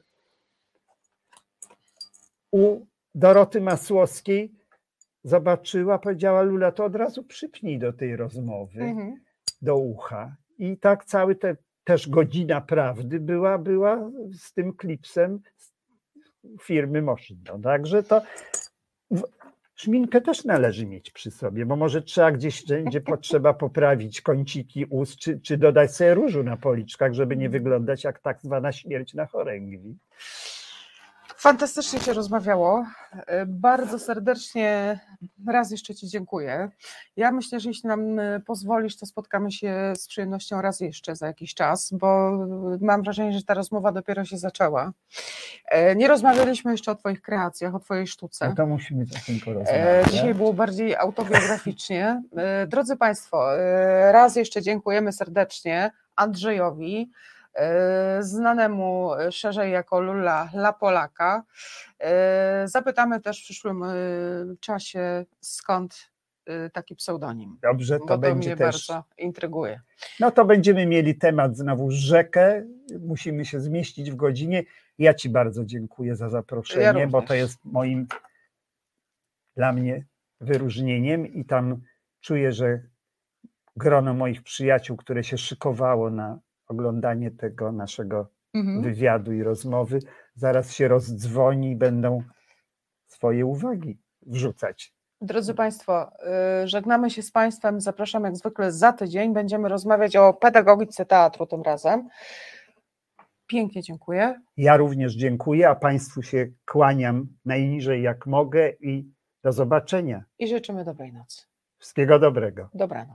U Doroty Masłowskiej zobaczyła, powiedziała, Lula, to od razu przypnij do tej rozmowy, do ucha. I tak cały też godzina prawdy była z tym klipsem firmy Moschino. Także to... Szminkę też należy mieć przy sobie, bo może trzeba gdzieś będzie potrzeba poprawić kąciki ust, czy dodać sobie różu na policzkach, żeby nie wyglądać jak tak zwana śmierć na choręgwi. Fantastycznie się rozmawiało. Bardzo serdecznie raz jeszcze Ci dziękuję. Ja myślę, że jeśli nam pozwolisz, to spotkamy się z przyjemnością raz jeszcze za jakiś czas, bo mam wrażenie, że ta rozmowa dopiero się zaczęła. Nie rozmawialiśmy jeszcze o Twoich kreacjach, o Twojej sztuce. No to musimy o tym porozmawiać. Dzisiaj było bardziej autobiograficznie. Drodzy Państwo, raz jeszcze dziękujemy serdecznie Andrzejowi, znanemu szerzej jako La Polaka. Zapytamy też w przyszłym czasie, skąd taki pseudonim. Dobrze, Bo to to będzie mnie też. bardzo intryguje. No to będziemy mieli temat znowu rzekę. Musimy się zmieścić w godzinie. Ja Ci bardzo dziękuję za zaproszenie, Ja bo również. to jest dla mnie wyróżnieniem i tam czuję, że grono moich przyjaciół, które się szykowało na oglądanie tego naszego wywiadu i rozmowy, zaraz się rozdzwoni i będą swoje uwagi wrzucać. Drodzy Państwo, żegnamy się z Państwem. Zapraszam jak zwykle za tydzień. Będziemy rozmawiać o pedagogice teatru tym razem. Pięknie dziękuję. Ja również dziękuję, a Państwu się kłaniam najniżej jak mogę i do zobaczenia. I życzymy dobrej nocy. Wszystkiego dobrego. Dobranoc.